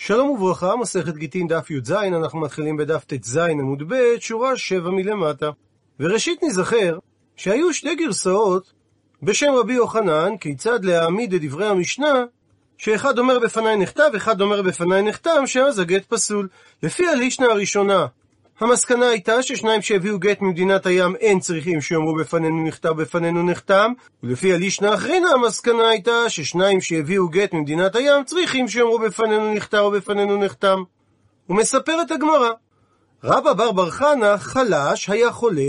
שלום וברכה, מסכת גיטין דף י"ז, אנחנו מתחילים בדף ט"ז עמוד ב', שורה 7 מלמטה. וראשית נזכר שהיו שתי גרסאות בשם רבי יוחנן, כיצד להעמיד את דברי המשנה, שאחד אומר בפני נכתב, אחד אומר בפני נחתם, שאז הגט פסול. לפי הלישנה הראשונה, המסקנה הייתה ששניים שהביאו גט ממדינת הים אין צריכים שיאמרו בפנינו נכתב בפנינו נחתם, ולפי הלישנה האחרינה המסקנה הייתה ששניים שהביאו גט ממדינת הים צריכים שיאמרו בפנינו נכתב ובפנינו נחתם. ומספרת הגמרא, רבא בר חנא חלש היה חולה,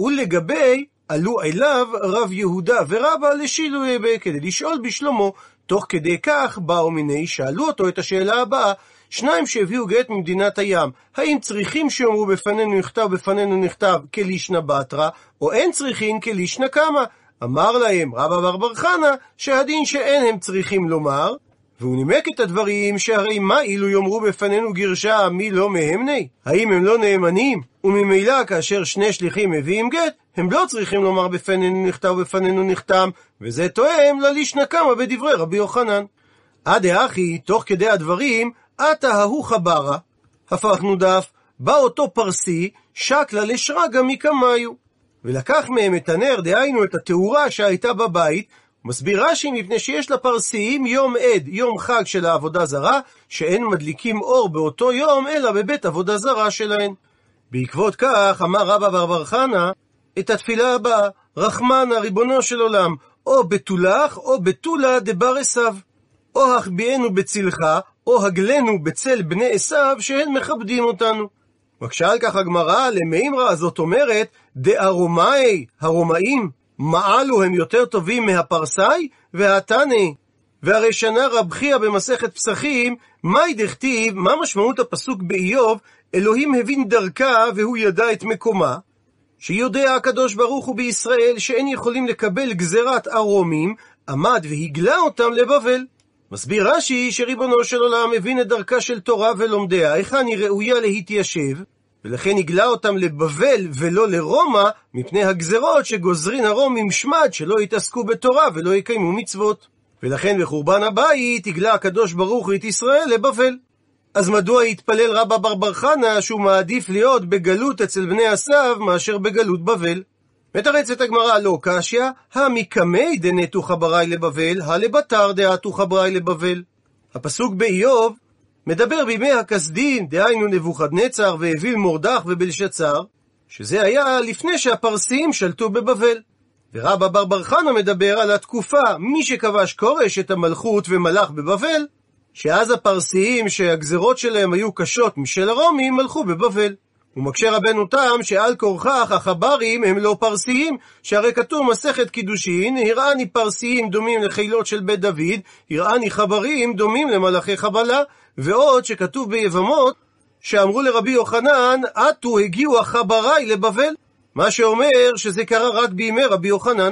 ולגבי עלו אליו רב יהודה ורבא לשילוי כדי לשאול בשלומו. תוך כדי כך באו מיני שאלו אותו את השאלה הבאה, שניים שהביאו גט ממדינת הים, האם צריכים שיאמרו בפנינו נכתב בפנינו נכתב כלישנא בתרא, או אין צריכים כלישנא קמא? אמר להם רבא בר חנא שהדין שאין הם צריכים לומר, והוא נימק את הדברים שהרי מה אילו יאמרו בפנינו גרשה מי לא מהמני? האם הם לא נאמנים? וממילא כאשר שני שליחים מביאים גט, הם לא צריכים לומר בפנינו נכתב בפנינו נחתם, וזה תואם ללישנא קמא בדברי רבי יוחנן. עד האחי, תוך כדי הדברים, עתה ההוא חברה, הפכנו דף, בא אותו פרסי, שקלה לשרגא מקמיו, ולקח מהם את הנר, דהיינו את התאורה שהייתה בבית. מסביר רש"י מפני שיש לפרסיים יום עד, יום חג של העבודה זרה, שאין מדליקים אור באותו יום אלא בבית עבודה זרה שלהן. בעקבות כך אמר רבא בר חנא את התפילה הבאה, רחמנא ריבונו של עולם, או בתולך או בתולה דבר עשיו, או החביאנו בצלך או הגלנו בצל בני עשיו שהן מכבדים אותנו. מקשה על כך הגמרא למימרא, זאת אומרת דארומאי, הרומאים מעלו הם יותר טובים מהפרסאי והתנא. והרי שנה רב חייא במסכת פסחים, מהי דכתיב, מה משמעות הפסוק באיוב, אלוהים הבין דרכה והוא ידע את מקומה, שיודע הקדוש ברוך הוא בישראל שאין יכולים לקבל גזירת ארומים, עמד והגלה אותם לבבל. מסביר רש"י שריבונו של עולם הבין את דרכה של תורה ולומדיה, היכן היא ראויה להתיישב, ולכן הגלה אותם לבבל ולא לרומא, מפני הגזרות שגוזרין הרומים שמד שלא יתעסקו בתורה ולא יקיימו מצוות. ולכן בחורבן הבית הגלה הקדוש ברוך הוא את ישראל לבבל. אז מדוע יתפלל רבא בר חנא שהוא מעדיף להיות בגלות אצל בני עשיו מאשר בגלות בבל? מתרצת הגמרא לא קשיא, המקמי דנתו חברי לבבל, הלבתר דעתו חברי לבבל. הפסוק באיוב מדבר בימי הכסדים, דהיינו נבוכדנצר ואוויל מורדך ובלשצר, שזה היה לפני שהפרסיים שלטו בבבל. ורבא בר חנא מדבר על התקופה מי שכבש כורש את המלכות ומלך בבבל, שאז הפרסיים שהגזרות שלהם היו קשות משל הרומים מלכו בבבל. ומקשה רבנו תם שעל כורכך החברים הם לא פרסיים, שהרי כתוב מסכת קידושין, הראני פרסיים דומים לחילות של בית דוד, הראני חברים דומים למלאכי חבלה. ועוד שכתוב ביבמות שאמרו לרבי יוחנן עתו הגיעו החברי לבבל, מה שאומר שזה קרה רק בימי רבי יוחנן.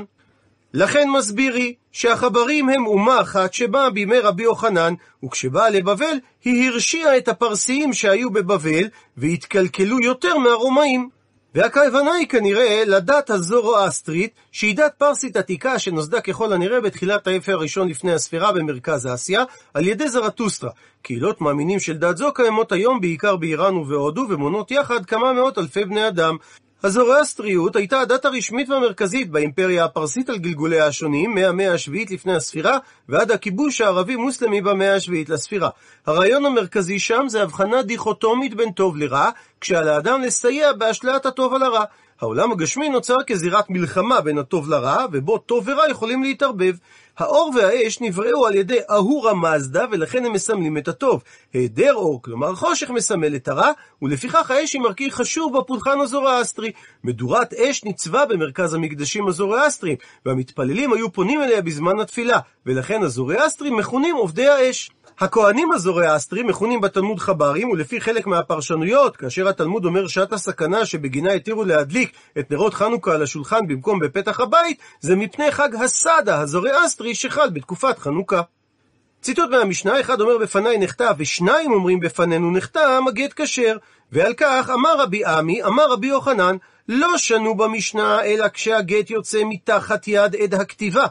לכן מסבירי שהחברים הם אומה אחת שבאה בימי רבי יוחנן, וכשבאה לבבל היא הרשיעה את הפרסיים שהיו בבבל והתקלקלו יותר מהרומאים. והכוונה היא כנראה לדת הזורואסטרית, שהיא דת פרסית עתיקה שנוסדה ככל הנראה בתחילת האלף הראשון לפני הספירה במרכז אסיה על ידי זרטוסטרה. קהילות מאמינים של דת זו קיימות היום בעיקר באיראן ובהודו ומונות יחד כמה מאות אלפי בני אדם. הזורואסטריות הייתה הדת הרשמית והמרכזית באימפריה הפרסית על גלגוליה השונים מהמאה השביעית לפני הספירה ועד הכיבוש הערבי-מוסלמי במאה השביעית לספירה. הרעיון המרכזי שם זה הבחנה דיכוטומית בין טוב לרע, כשעל האדם לסייע בהשלט הטוב על הרע. העולם הגשמי נוצר כזירת מלחמה בין הטוב לרע, ובו טוב ורע יכולים להתערבב. האור והאש נבראו על ידי אהורה מזדה, ולכן הם מסמלים את הטוב. היעדר אור, כלומר חושך, מסמל את הרע, ולפיכך האש היא מרכיב חשוב בפולחן הזורואסטרי. מדורת אש ניצבה במרכז המקדשים הזורואסטריים, והמתפללים היו פונים אליה בזמן התפילה, ולכן הזורואסטרים מכונים עובדי האש. הכהנים הזורואסטרים מכונים בתלמוד חברים, ולפי חלק מהפרשנויות, כאשר התלמוד אומר שעת הסכנה שבגינה התירו להדליק את נרות חנוכה על השולחן במקום בפתח הבית, זה מפני חג הסדה הזורואסטרי שחל בתקופת חנוכה. ציטוט מהמשנה, אחד אומר בפני נכתב ושניים אומרים בפנינו נחתם, הגט כשר. ועל כך אמר רבי עמי, אמר רבי יוחנן, לא שנו במשנה אלא כשהגט יוצא מתחת יד עד הכתיבה.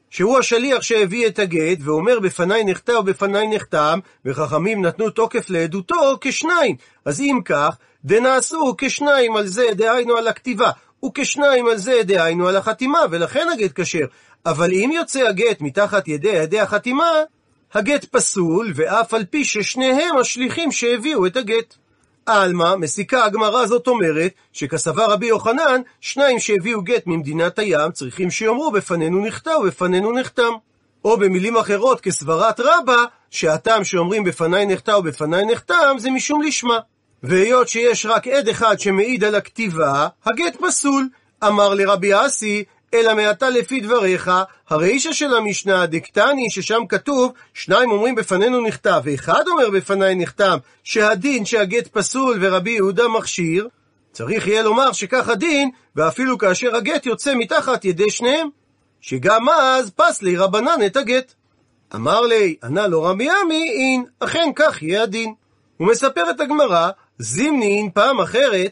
שהוא השליח שהביא את הגט, ואומר בפני נחתה ובפני נחתם, וחכמים נתנו תוקף לעדותו כשניים. אז אם כך, דנעשו כשניים על זה, דהיינו על הכתיבה, וכשניים על זה, דהיינו על החתימה, ולכן הגט כשר. אבל אם יוצא הגט מתחת ידי החתימה, הגט פסול, ואף על פי ששניהם השליחים שהביאו את הגט. אלמה, מסיקה הגמרא זאת אומרת, שכסבר רבי יוחנן, שניים שהביאו גט ממדינת הים, צריכים שיאמרו בפנינו נחתה ובפנינו נחתם. או במילים אחרות, כסברת רבא, שהטעם שאומרים בפני נחתה ובפני נחתם, זה משום לשמה. והיות שיש רק עד אחד שמעיד על הכתיבה, הגט פסול. אמר לרבי אסי, אלא מעתה לפי דבריך, הרישא של המשנה דקטני, ששם כתוב, שניים אומרים בפנינו נכתב, ואחד אומר בפני נחתם, שהדין שהגט פסול ורבי יהודה מכשיר, צריך יהיה לומר שכך הדין, ואפילו כאשר הגט יוצא מתחת ידי שניהם, שגם אז פס לי רבנן את הגט. אמר לי, ענה לו רבי עמי, אין, אכן כך יהיה הדין. הוא מספר את הגמרא, זימנין פעם אחרת,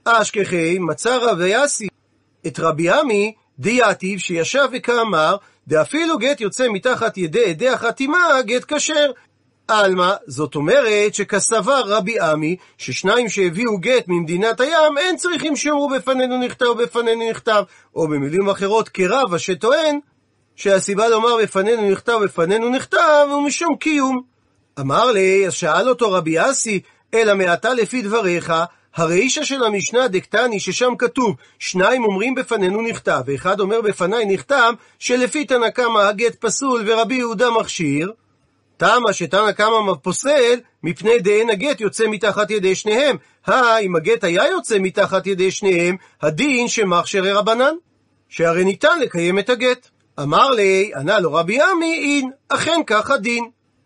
אשכחי מצא רבי אסי את רבי עמי, דייתיב שישב וכאמר, דאפילו גט יוצא מתחת ידי החתימה, גט כשר. אלמה, זאת אומרת שכסבר רבי עמי, ששניים שהביאו גט ממדינת הים, אין צריכים שאומרו בפנינו נכתב ובפנינו נכתב, או במילים אחרות כרבא שטוען, שהסיבה לומר בפנינו נכתב ובפנינו נכתב, הוא משום קיום. אמר לי, אז שאל אותו רבי אסי, אלא מעתה לפי דבריך, הרישא של המשנה דקטני, ששם כתוב, שניים אומרים בפנינו נכתב, ואחד אומר בפני נכתב, שלפי תנא קמא הגט פסול ורבי יהודה מכשיר, תמה שתנא קמא פוסל, מפני דאין הגט יוצא מתחת ידי שניהם. אם הגט היה יוצא מתחת ידי שניהם, הדין שמכשירי רבנן, שהרי ניתן לקיים את הגט. אמר לי, ענה לו רבי עמי, אין, אכן כך הדין.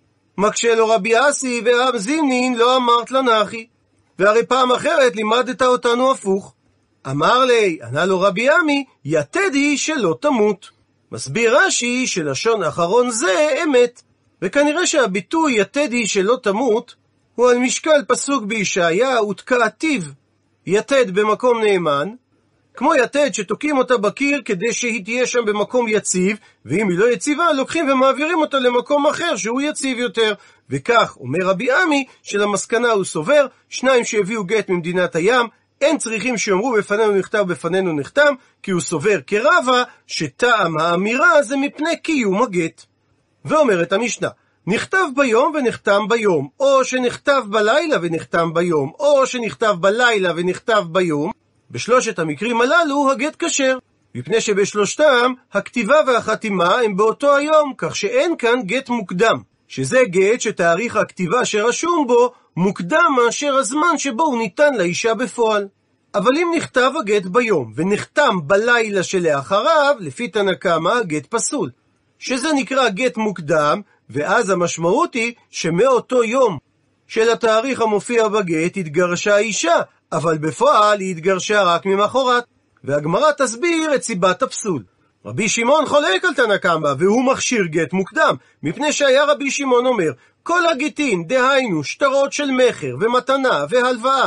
מקשה לו רבי אסי, ואב זימנין לא אמרת לנחי. והרי פעם אחרת לימדת אותנו הפוך. אמר לי, ענה לו רבי עמי, יתדי שלא תמות. מסביר רש"י שלשון אחרון זה אמת. וכנראה שהביטוי יתדי שלא תמות הוא על משקל פסוק בישעיה ותקעתיו. יתד במקום נאמן, כמו יתד שתוקעים אותה בקיר כדי שהיא תהיה שם במקום יציב, ואם היא לא יציבה לוקחים ומעבירים אותה למקום אחר שהוא יציב יותר. וכך אומר רבי עמי שלמסקנה הוא סובר, שניים שהביאו גט ממדינת הים, אין צריכים שאומרו בפנינו נכתב בפנינו נחתם, כי הוא סובר כרבא שטעם האמירה זה מפני קיום הגט. ואומרת המשנה, נכתב ביום ונחתם ביום, או שנכתב בלילה ונחתם ביום, או שנכתב בלילה ונחתב ביום, בשלושת המקרים הללו הגט כשר, מפני שבשלושתם הכתיבה והחתימה הם באותו היום, כך שאין כאן גט מוקדם, שזה גט שתאריך הכתיבה שרשום בו מוקדם מאשר הזמן שבו הוא ניתן לאישה בפועל. אבל אם נכתב הגט ביום ונחתם בלילה שלאחריו, לפי תנא קמא הגט פסול, שזה נקרא גט מוקדם, ואז המשמעות היא שמאותו יום של התאריך המופיע בגט התגרשה האישה, אבל בפועל היא התגרשה רק ממחרת. והגמרא תסביר את סיבת הפסול. רבי שמעון חולק על תנא קמא, והוא מכשיר גט מוקדם, מפני שהיה רבי שמעון אומר, כל הגטין, דהיינו שטרות של מחר ומתנה והלוואה,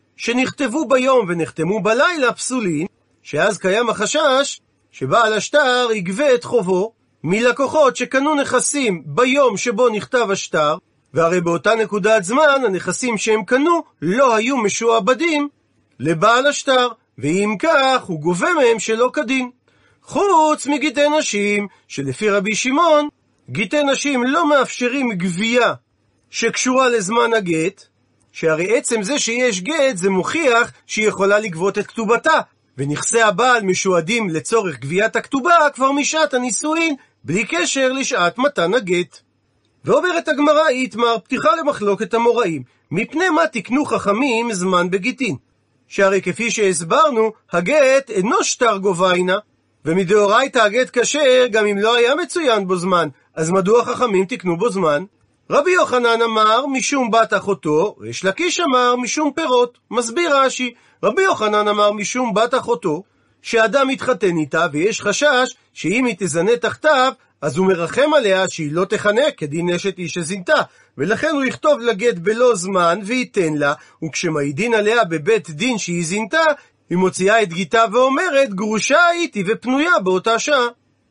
שנכתבו ביום ונחתמו בלילה פסולין, שאז קיים החשש שבעל השטר יגבה את חובו מלקוחות שקנו נכסים ביום שבו נכתב השטר, והרי באותה נקודת זמן הנכסים שהם קנו לא היו משועבדים לבעל השטר, ואם כך הוא גובה מהם שלא כדין. חוץ מגיטי נשים, שלפי רבי שמעון, גיטי נשים לא מאפשרים גבייה שקשורה לזמן הגט, שהרי עצם זה שיש גט זה מוכיח שהיא יכולה לגבות את כתובתה, ונכסי הבעל משועדים לצורך גביית הכתובה כבר משעת הנישואין, בלי קשר לשעת מתן הגט. ואומרת הגמרא איתמר, פתיחה למחלוקת המוראים, מפני מה תקנו חכמים זמן בגיטין? שהרי כפי שהסברנו, הגט אינו שטר גוביינה, ומדאורייתא הגט כשר גם אם לא היה מצוין בו זמן, אז מדוע חכמים תקנו בו זמן? רבי יוחנן אמר משום בת אחותו, ריש לקיש אמר משום פירות. מסביר רש"י, רבי יוחנן אמר משום בת אחותו, שאדם מתחתן איתה ויש חשש שאם היא תזנה תחתיו, אז הוא מרחם עליה שהיא לא תחנק כדין אשת איש שזינתה, ולכן הוא יכתוב לגט בלא זמן וייתן לה, וכשמעידין עליה בבית דין שהיא זינתה, היא מוציאה את גיטה ואומרת, גרושה הייתי ופנויה באותה שעה.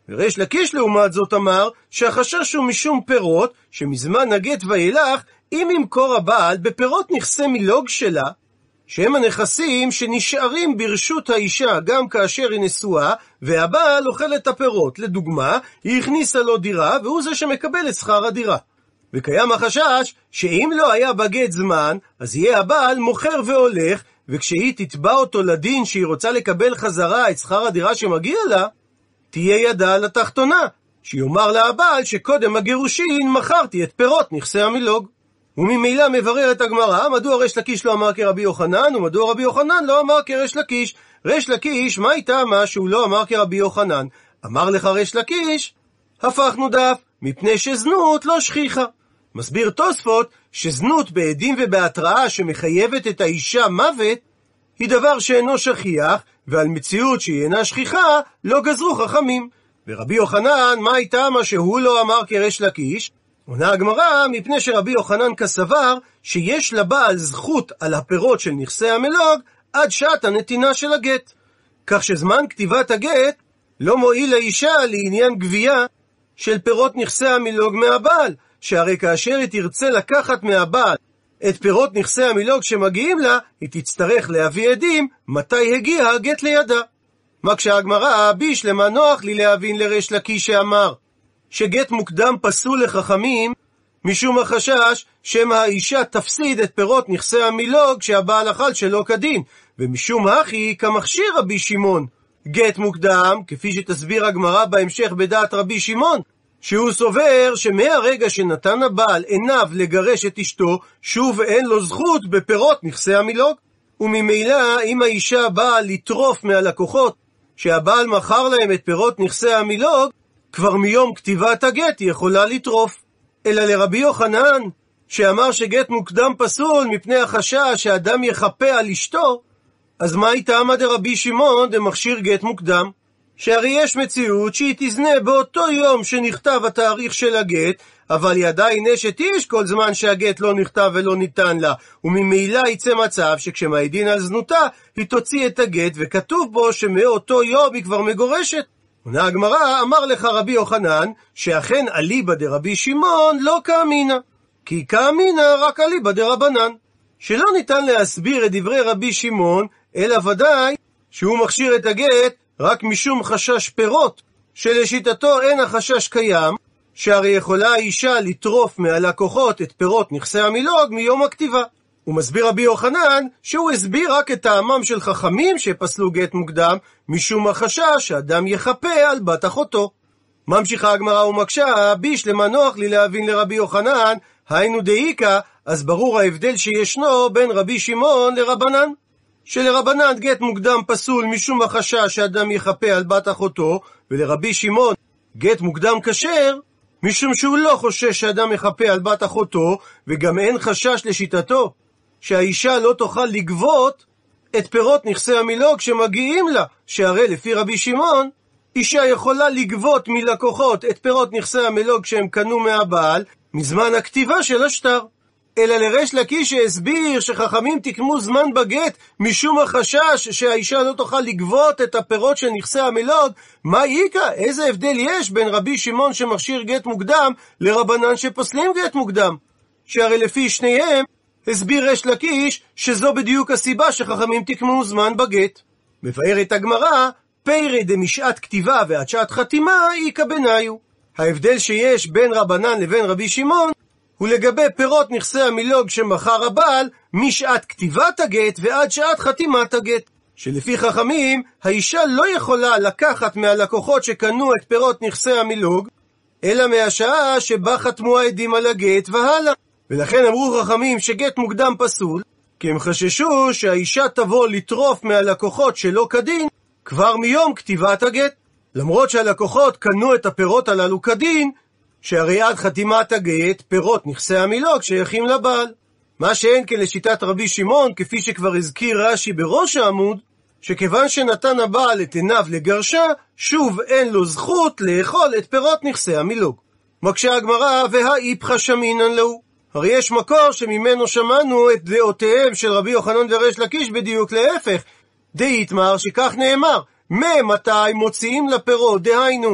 וריש לקיש לעומת זאת אמר שהחשש הוא משום פירות, שמזמן הגט ואילך, אם ימכור הבעל בפירות נכסי מילוג שלה, שהם הנכסים שנשארים ברשות האישה גם כאשר היא נשואה, והבעל אוכל את הפירות. לדוגמה, היא הכניסה לו דירה, והוא זה שמקבל את שכר הדירה. וקיים החשש שאם לא היה בגט זמן, אז יהיה הבעל מוכר והולך, וכשהיא תתבע אותו לדין שהיא רוצה לקבל חזרה את שכר הדירה שמגיע לה, תהיה ידה על התחתונה, שיאמר לה הבעל שקודם הגירושין מכרתי את פירות נכסי המילוג. וממילא מבררת הגמרא, מדוע ריש לקיש לא אמר כרבי יוחנן, ומדוע רבי יוחנן לא אמר כריש לקיש. ריש לקיש, מה הייתה מה שהוא לא אמר כרבי יוחנן? אמר לך ריש לקיש, הפכנו דף, מפני שזנות לא שכיחה. מסביר תוספות שזנות בעדים ובהתראה שמחייבת את האישה מוות, היא דבר שאינו שכיח, ועל מציאות שהיא אינה שכיחה, לא גזרו חכמים. ורבי יוחנן, מה הייתה מה שהוא לא אמר כריש לקיש? עונה הגמרא, מפני שרבי יוחנן כסבר שיש לבעל זכות על הפירות של נכסי המילוג עד שעת הנתינה של הגט. כך שזמן כתיבת הגט לא מועיל לאישה לעניין גבייה של פירות נכסי המילוג מהבעל, שהרי כאשר היא תרצה לקחת מהבעל את פירות נכסי המילוג שמגיעים לה, היא תצטרך להביא עדים מתי הגיע הגט לידה. מקשה הגמרא, בישלמה נוח לי להבין לריש לקיש שאמר שגט מוקדם פסול לחכמים משום החשש שמא האישה תפסיד את פירות נכסי המילוג שהבעל אכל שלא כדין, ומשום הכי כמכשיר רבי שמעון. גט מוקדם, כפי שתסביר הגמרא בהמשך בדעת רבי שמעון, שהוא סובר שמהרגע שנתן הבעל עיניו לגרש את אשתו, שוב אין לו זכות בפירות נכסי המילוג. וממילא אם האישה באה לטרוף מהלקוחות שהבעל מכר להם את פירות נכסי המילוג, כבר מיום כתיבת הגט היא יכולה לטרוף. אלא לרבי יוחנן, שאמר שגט מוקדם פסול מפני החשש שאדם יחפה על אשתו, אז מה הייתה עמד רבי שמעון דמכשיר גט מוקדם? שהרי יש מציאות שהיא תזנה באותו יום שנכתב התאריך של הגט, אבל היא עדיין אשת איש כל זמן שהגט לא נכתב ולא ניתן לה, וממילא יצא מצב שכשמעידין על זנותה היא תוציא את הגט וכתוב בו שמאותו יום היא כבר מגורשת. עונה הגמרא, אמר לך רבי יוחנן שאכן אליבא דרבי שמעון לא כאמינא, כי כאמינא רק אליבא דרבנן, שלא ניתן להסביר את דברי רבי שמעון, אלא ודאי שהוא מכשיר את הגט רק משום חשש פירות, שלשיטתו אין החשש קיים, שהרי יכולה האישה לטרוף מהלקוחות את פירות נכסי המילוג מיום הכתיבה. הוא מסביר רבי יוחנן שהוא הסביר רק את טעמם של חכמים שפסלו גט מוקדם משום החשש שאדם יחפה על בת אחותו. ממשיכה הגמרא ומקשה, בישלמה נוח לי להבין לרבי יוחנן, היינו דאיקה, אז ברור ההבדל שישנו בין רבי שמעון לרבנן. שלרבנן גט מוקדם פסול משום החשש שאדם יחפה על בת אחותו, ולרבי שמעון גט מוקדם כשר משום שהוא לא חושש שאדם יחפה על בת אחותו, וגם אין חשש לשיטתו שהאישה לא תוכל לגבות את פירות נכסי המילוג שמגיעים לה, שהרי לפי רבי שמעון אישה יכולה לגבות מלקוחות את פירות נכסי המילוג שהם קנו מהבעל מזמן הכתיבה של השטר. אלא לריש לקיש שהסביר שחכמים תקמו זמן בגט משום החשש שהאישה לא תוכל לגבות את הפירות של נכסי המילוג, מה איקה? איזה הבדל יש בין רבי שמעון שמכשיר גט מוקדם לרבנן שפוסלים גט מוקדם? שהרי לפי שניהם הסביר ריש לקיש שזו בדיוק הסיבה שחכמים תקמו זמן בגט. מבארת הגמרא, פיירי דמשעת כתיבה ועד שעת חתימה איקה בניו. ההבדל שיש בין רבנן לבין רבי שמעון הוא לגבי פירות נכסי המילוג שמכר הבעל משעת כתיבת הגט ועד שעת חתימת הגט, שלפי חכמים האישה לא יכולה לקחת מהלקוחות שקנו את פירות נכסי המילוג אלא מהשעה שבה חתמו העדים על הגט והלאה. ולכן אמרו חכמים שגט מוקדם פסול, כי הם חששו שהאישה תבוא לטרוף מהלקוחות שלא כדין כבר מיום כתיבת הגט, למרות שהלקוחות קנו את הפירות הללו כדין, שהרי עד חתימת הגט פירות נכסי המילוג שייכים לבעל. מה שאין כן לשיטת רבי שמעון, כפי שכבר הזכיר רש"י בראש העמוד, שכיוון שנתן הבעל את עיניו לגרשה, שוב אין לו זכות לאכול את פירות נכסי המילוג. מקשה הגמרא, והאיפכא שמינן לו. הרי יש מקור שממנו שמענו את דעותיהם של רבי יוחנן וריש לקיש בדיוק להפך. דאיתמר שכך נאמר, מתי מוציאים לפירות, דהיינו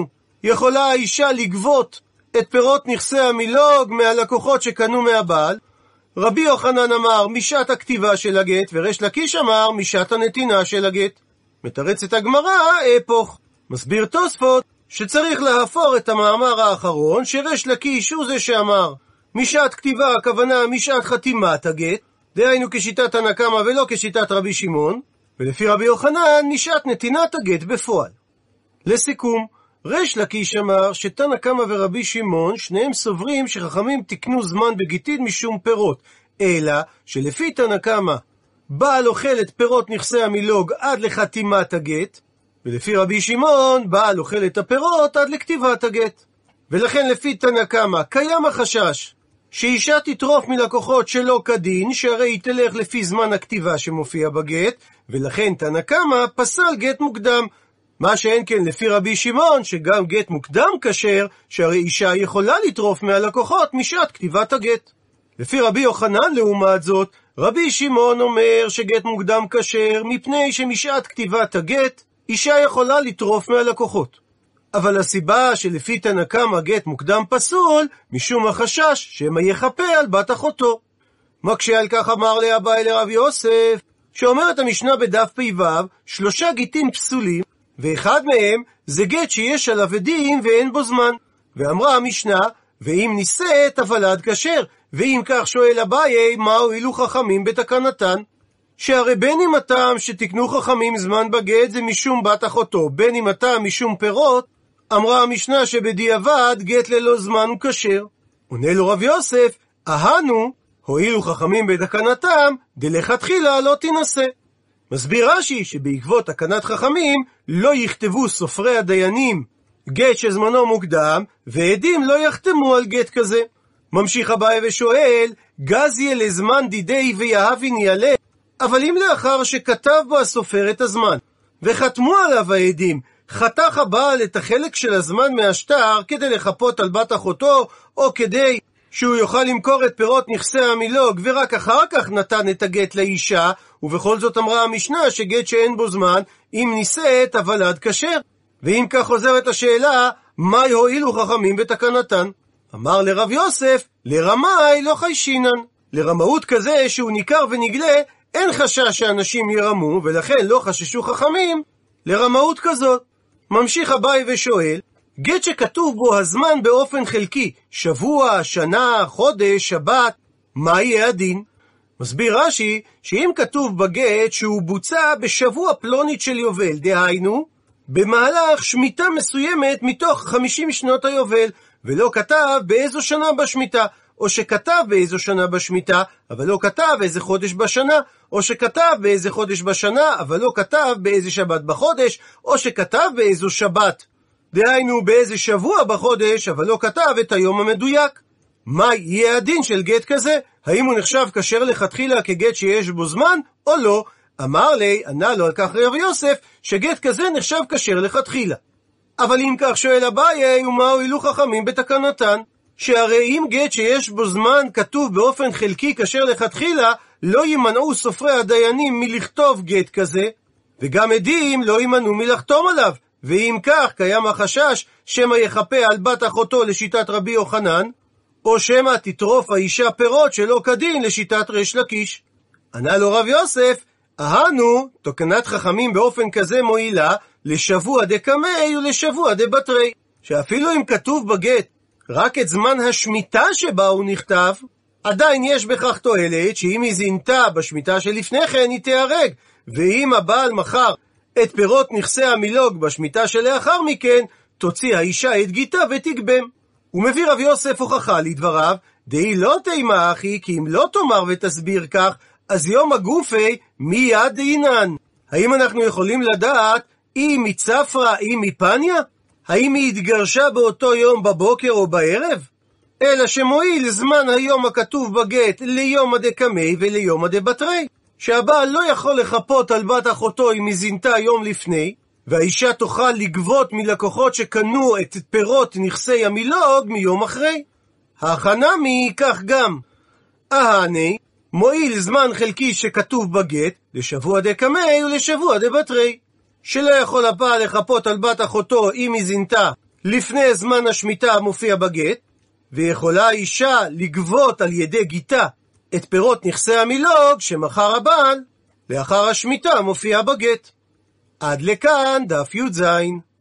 יכולה האישה לגבות את פירות נכסי המילוג מהלקוחות שקנו מהבעל? רבי יוחנן אמר משעת הכתיבה של הגט, וריש לקיש אמר משעת הנתינה של הגט. מתרצת הגמרא הפוך. מסביר תוספות שצריך להפור את המאמר האחרון, שריש לקיש הוא זה שאמר משעת כתיבה, הכוונה משעת חתימת הגט, דהיינו כשיטת תנא קמא ולא כשיטת רבי שמעון, ולפי רבי יוחנן משעת נתינת הגט בפועל. לסיכום, ריש לקיש אמר שתנא קמא ורבי שמעון שניהם סוברים שחכמים תקנו זמן בגיטין משום פירות, אלא שלפי תנא קמא בעל אוכל את פירות נכסי המילוג עד לחתימת הגט, ולפי רבי שמעון בעל אוכל את הפירות עד לכתיבת הגט. ולכן לפי תנא קמא קיים החשש שאישה תטרוף מלקוחות שלא כדין, שהרי היא תלך לפי זמן הכתיבה שמופיע בגט, ולכן תנא קמא פסל גט מוקדם. מה שאין כן לפי רבי שמעון, שגם גט מוקדם כשר, שהרי אישה יכולה לטרוף מהלקוחות משעת כתיבת הגט. לפי רבי יוחנן לעומת זאת, רבי שמעון אומר שגט מוקדם כשר, מפני שמשעת כתיבת הגט, אישה יכולה לטרוף מהלקוחות. אבל הסיבה שלפי תנא קמא גט מוקדם פסול, משום החשש שמא יחפה על בת אחותו. מקשה על כך אמר לאביי לרב יוסף, שאומרת המשנה בדף פ"ו, 3 גיטין פסולים, ואחד מהם זה גט שיש עליו עדים ואין בו זמן. ואמרה המשנה, ואם נישאת הוולד כשר, ואם כך שואל אביי, מה הועילו חכמים בתקנתן? שהרי בין אם הטעם שתקנו חכמים זמן בגט זה משום בת אחותו, בין אם הטעם משום פירות, אמרה המשנה שבדיעבד גט ללא זמן הוא כשר. עונה לו רב יוסף, אהנו, הועילו חכמים בתקנתם, דלכתחילה לא תינשא. מסביר רש"י שבעקבות תקנת חכמים לא יכתבו סופרי הדיינים גט שזמנו מוקדם, ועדים לא יחתמו על גט כזה. ממשיך אביי ושואל, גזיה לזמן דידי ויהבין יעלה, אבל אם לאחר שכתב בו הסופר את הזמן וחתמו עליו העדים, חתך הבעל את החלק של הזמן מהשטר כדי לחפות על בת אחותו, או כדי שהוא יוכל למכור את פירות נכסי המילוג, ורק אחר כך נתן את הגט לאישה, ובכל זאת אמרה המשנה שגט שאין בו זמן, אם נישאת הוולד כשר. ואם כך חוזרת השאלה, מה יועילו חכמים בתקנתן? אמר לרב יוסף, לרמאי לא חיישינן. לרמאות כזה שהוא ניכר ונגלה, אין חשש שאנשים ירמו, ולכן לא חששו חכמים לרמאות כזאת. ממשיך אביי ושואל, גט שכתוב בו הזמן באופן חלקי, שבוע, שנה, חודש, שבת, מה יהיה הדין? מסביר רש"י שאם כתוב בגט שהוא בוצע בשבוע פלונית של יובל, דהיינו במהלך שמיטה מסוימת מתוך 50 שנות היובל, ולא כתב באיזו שנה בשמיטה, או שכתב באיזו שנה בשמיטה, אבל לא כתב איזה חודש בשנה, או שכתב באיזה חודש בשנה, אבל לא כתב באיזה שבת בחודש, או שכתב באיזו שבת, דהיינו באיזה שבוע בחודש, אבל לא כתב את היום המדויק. מה יהיה הדין של גט כזה? האם הוא נחשב כשר לכתחילה כגט שיש בו זמן, או לא? אמר לי, ענה לו על כך רב יוסף, שגט כזה נחשב כשר לכתחילה. אבל אם כך שואל אביי, ומה הועילו חכמים בתקנתן? שהרי אם גט שיש בו זמן כתוב באופן חלקי כשר לכתחילה, לא יימנעו סופרי הדיינים מלכתוב גט כזה, וגם עדים לא יימנעו מלחתום עליו. ואם כך קיים החשש שמא יחפה על בת אחותו לשיטת רבי יוחנן, או שמא תטרוף האישה פירות שלא כדין לשיטת ריש לקיש. ענה לו רב יוסף, אהנו, תקנת חכמים באופן כזה מועילה לשבוע דקמי ולשבוע דבטרי, שאפילו אם כתוב בגט רק את זמן השמיטה שבה הוא נכתב, עדיין יש בכך תועלת שאם היא זינתה בשמיטה שלפני כן היא תיהרג, ואם הבעל מכר את פירות נכסי המילוג בשמיטה שלאחר מכן, תוציא האישה את גיטה ותגבם. הוא מביא רב יוסף הוכחה לדבריו, דהי לא תימה אחי, כי אם לא תאמר ותסביר כך, אז יום הגופי מיד דינן. האם אנחנו יכולים לדעת אם מצפרה, אם מפניה? האם היא התגרשה באותו יום בבוקר או בערב? אלא שמועיל זמן היום הכתוב בגט ליום הדקמי וליום הדבטרי, שהבעל לא יכול לחפות על בת אחותו אם היא זינתה יום לפני, והאישה תוכל לגבות מלקוחות שקנו את פירות נכסי המילוג מיום אחרי. ההכנה מכך גם. אהני, מועיל זמן חלקי שכתוב בגט לשבוע דקמי ולשבוע דבטרי, שלא יכול הבעל לחפות על בת אחותו אם היא זינתה לפני זמן השמיטה מופיע בגט, ויכולה האישה לגבות על ידי גיתה את פירות נכסי המילוג שמכר הבעל, לאחר השמיטה מופיע בגט. עד לכאן דף י"ז.